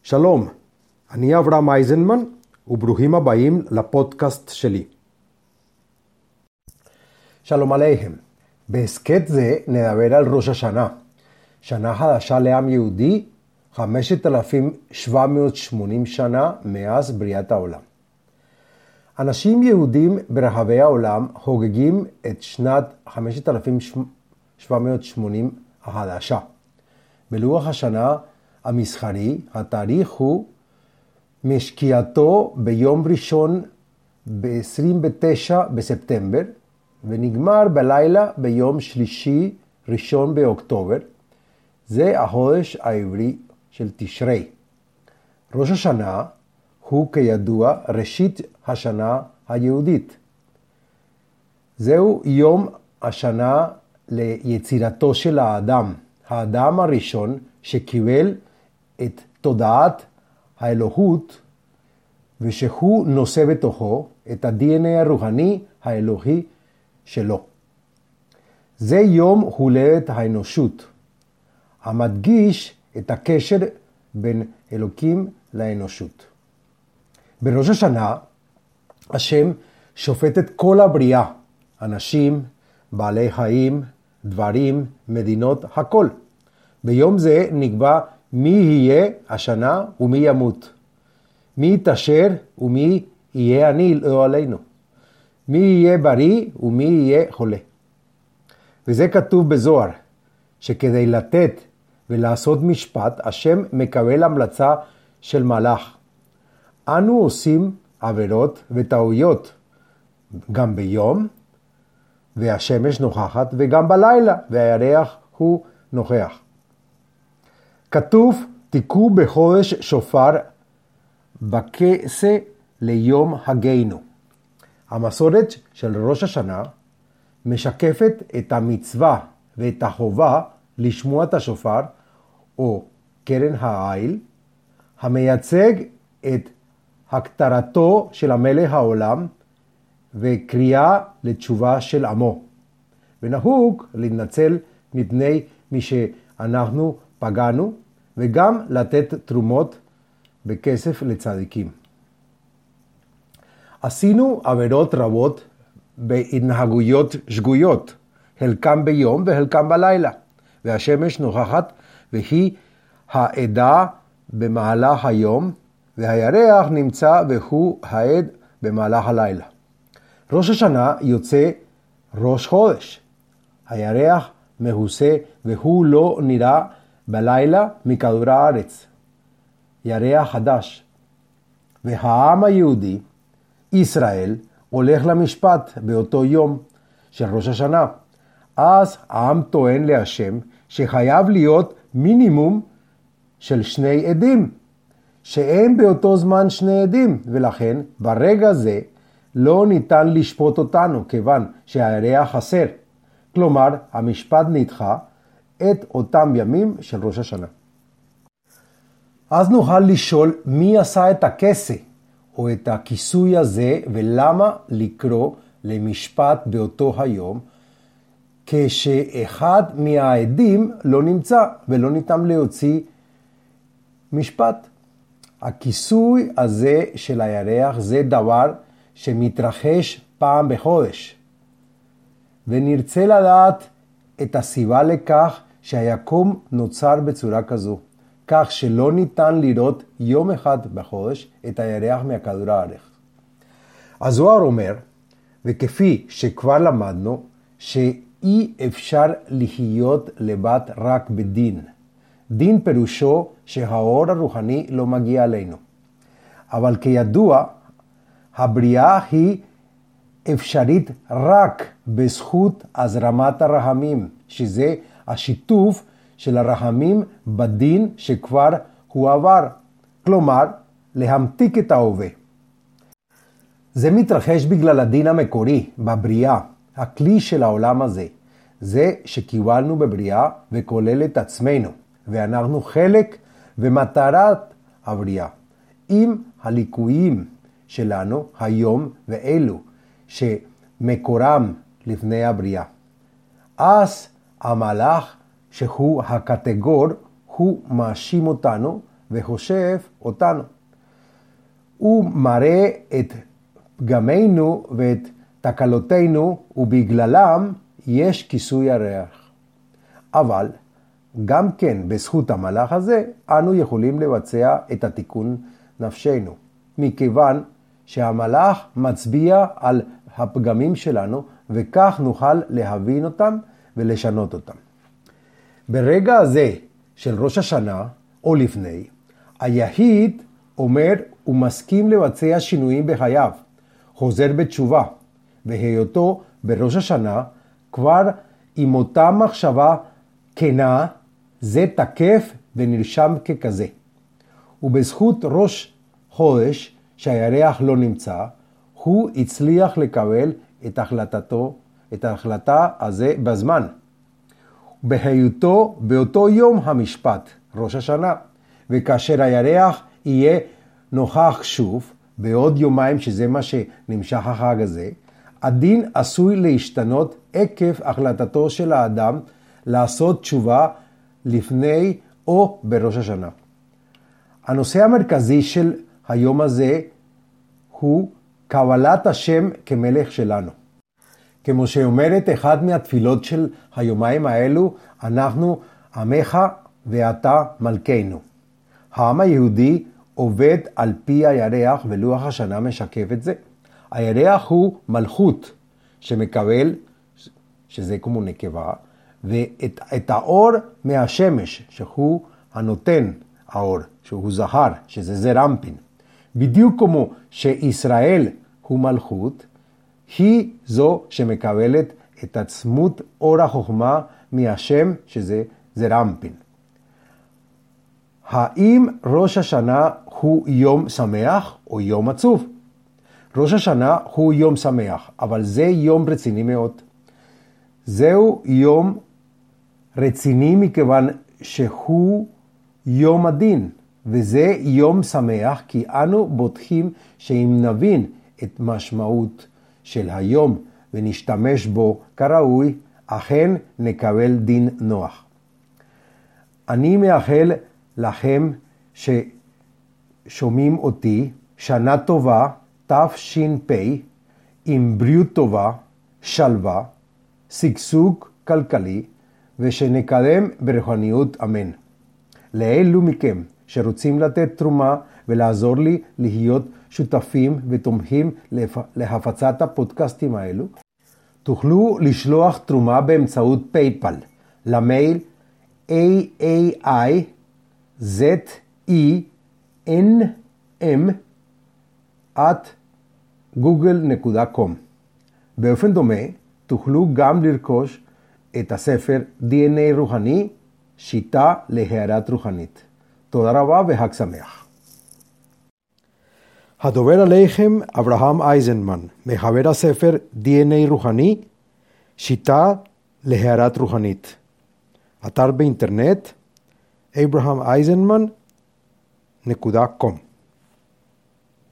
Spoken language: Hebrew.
שלום, אני אברהם אייזנמן, וברוכים הבאים לפודקאסט שלי. שלום עליכם. בהסכת זה נדבר על ראש השנה. שנה חדשה לעם יהודי, 5,780 שנה מאז בריאת העולם. אנשים יהודים ברחבי העולם חוגגים את שנת 5,780 החדשה. בלוח השנה המסחרי, התאריך הוא משקיעתו ביום ראשון ב-29 בספטמבר, ונגמר בלילה ביום שלישי ראשון באוקטובר. זה החודש העברי של תשרי. ראש השנה הוא כידוע ראשית השנה היהודית. זהו יום השנה ליצירתו של האדם, האדם הראשון שקיבל את תודעת האלוהות, ושהוא נושא בתוכו את ה-DNA הרוחני האלוהי שלו. זה יום הולדת האנושות, המדגיש את הקשר בין אלוקים לאנושות. בראש השנה, השם שופט את כל הבריאה, אנשים, בעלי חיים, דברים, מדינות, הכל. ביום זה נקבע מי יהיה השנה ומי ימות. מי יתעשר ומי יהיה עני לא עלינו. מי יהיה בריא ומי יהיה חולה. וזה כתוב בזוהר, שכדי לתת ולעשות משפט, השם מקבל המלצה של מלאך. אנו עושים עבירות וטעויות, גם ביום, והשמש נוכחת, וגם בלילה, והירח הוא נוכח. כתוב, תיקעו בחודש שופר בכסה ליום הגנו. המסורת של ראש השנה משקפת את המצווה ואת החובה לשמוע את השופר, או קרן העיל, המייצג את הכתרתו של המלך העולם וקריאה לתשובה של עמו. ונהוג להתנצל מפני מי שאנחנו פגענו, וגם לתת תרומות בכסף לצדיקים. עשינו עבירות רבות בהתנהגויות שגויות, חלקם ביום וחלקם בלילה, והשמש נוכחת והיא העדה במהלך היום, והירח נמצא והוא העד במהלך הלילה. ראש השנה יוצא ראש חודש. הירח מהוסה והוא לא נראה בלילה מכדור הארץ. ירח חדש. והעם היהודי, ישראל, הולך למשפט באותו יום של ראש השנה. אז העם טוען להשם שחייב להיות מינימום של 2 עדים, שאין באותו זמן 2 עדים, ולכן ברגע זה לא ניתן לשפוט אותנו, כיוון שהירח חסר. כלומר, המשפט נדחה את אותם ימים של ראש השנה. אז נוכל לשאול מי עשה את הכסה, או את הכיסוי הזה, ולמה לקרוא למשפט באותו היום, כשאחד מהעדים לא נמצא, ולא ניתן להוציא משפט. הכיסוי הזה של הירח זה דבר שמתרחש פעם בחודש. ונרצה לדעת את הסיבה לכך שהיקום נוצר בצורה כזו, כך שלא ניתן לראות יום אחד בחודש את הירח מכדור הארץ. הזוהר אומר, וכפי שכבר למדנו, שאי אפשר לחיות לבד רק בדין. דין פירושו שהאור הרוחני לא מגיע אלינו. אבל כידוע, הבריאה היא אפשרית רק בזכות הזרמת הרחמים, שזה השיתוף של הרחמים בדין שכבר הוא עבר. כלומר, להמתיק את ההווה. זה מתרחש בגלל הדין המקורי, בבריאה, הכלי של העולם הזה. זה שקיבלנו בבריאה וכולל את עצמנו, ואנחנו חלק ומטרת הבריאה. עם הליקויים שלנו היום ואלו שמקורם לפני הבריאה. אז המלאך שהוא הקטגור, הוא מאשים אותנו וחושב אותנו. הוא מראה את פגמינו ואת תקלותינו, ובגללם יש כיסוי ירח. אבל גם כן בזכות המלאך הזה, אנו יכולים לבצע את התיקון נפשנו, מכיוון שהמלאך מצביע על הפגמים שלנו, וכך נוכל להבין אותם ולשנות אותם. ברגע הזה של ראש השנה, או לפני, היחיד אומר ומסכים לבצע שינויים בחייו, חוזר בתשובה, והיותו בראש השנה כבר עם אותה מחשבה כנה, זה תקף ונרשם ככזה. ובזכות ראש חודש שהירח לא נמצא, הוא הצליח לקבל את ההחלטה הזה בזמן. בהיותו באותו יום המשפט, ראש השנה, וכאשר הירח יהיה נוכח שוב, בעוד יומיים שזה מה שנמשך החג הזה, הדין עשוי להשתנות עקב החלטתו של האדם לעשות תשובה לפני או בראש השנה. הנושא המרכזי של היום הזה הוא קבלת השם כמלך שלנו. כמו שאומרת אחד מהתפילות של היומיים האלו, אנחנו עמך ואתה מלכנו. העם היהודי עובד על פי הירח ולוח השנה משקף את זה. הירח הוא מלכות שמקבל, שזה כמו נקבה, ואת האור מהשמש, שהוא הנותן האור, שהוא זכר, שזה זעיר אנפין. בדיוק כמו שישראל הוא מלכות, היא זו שמקבלת את עצמות אור החוכמה מהשם, שזה זעיר אנפין. האם ראש השנה הוא יום שמח או יום עצוב? ראש השנה הוא יום שמח, אבל זה יום רציני מאוד. זהו יום רציני מכיוון שהוא יום הדין, וזה יום שמח כי אנו בוטחים שאם נבין את משמעות של היום ונשתמש בו כראוי, אכן נקבל דין נוח. אני מאחל לכם ששומעים אותי שנה טובה, תש"פ, עם בריאות טובה, שלווה, שגשוג כלכלי, ושנקדם ברוחניות אמן. לאלו מכם שרוצים לתת תרומה ולעזור לי להיות שותפים ותומכים להפצת הפודקאסטים האלו, תוכלו לשלוח תרומה באמצעות פייפל למייל aaizennm@google.com. באופן דומה, תוכלו גם לרכוש את הספר DNA רוחני, שיטה להארת רוחנית. תודה רבה וחג שמח. הדובר עליכם אברהם אייזנמן, מחבר הספר DNA רוחני, שיטה להארת רוחנית. אתר באינטרנט abrahameisenman.com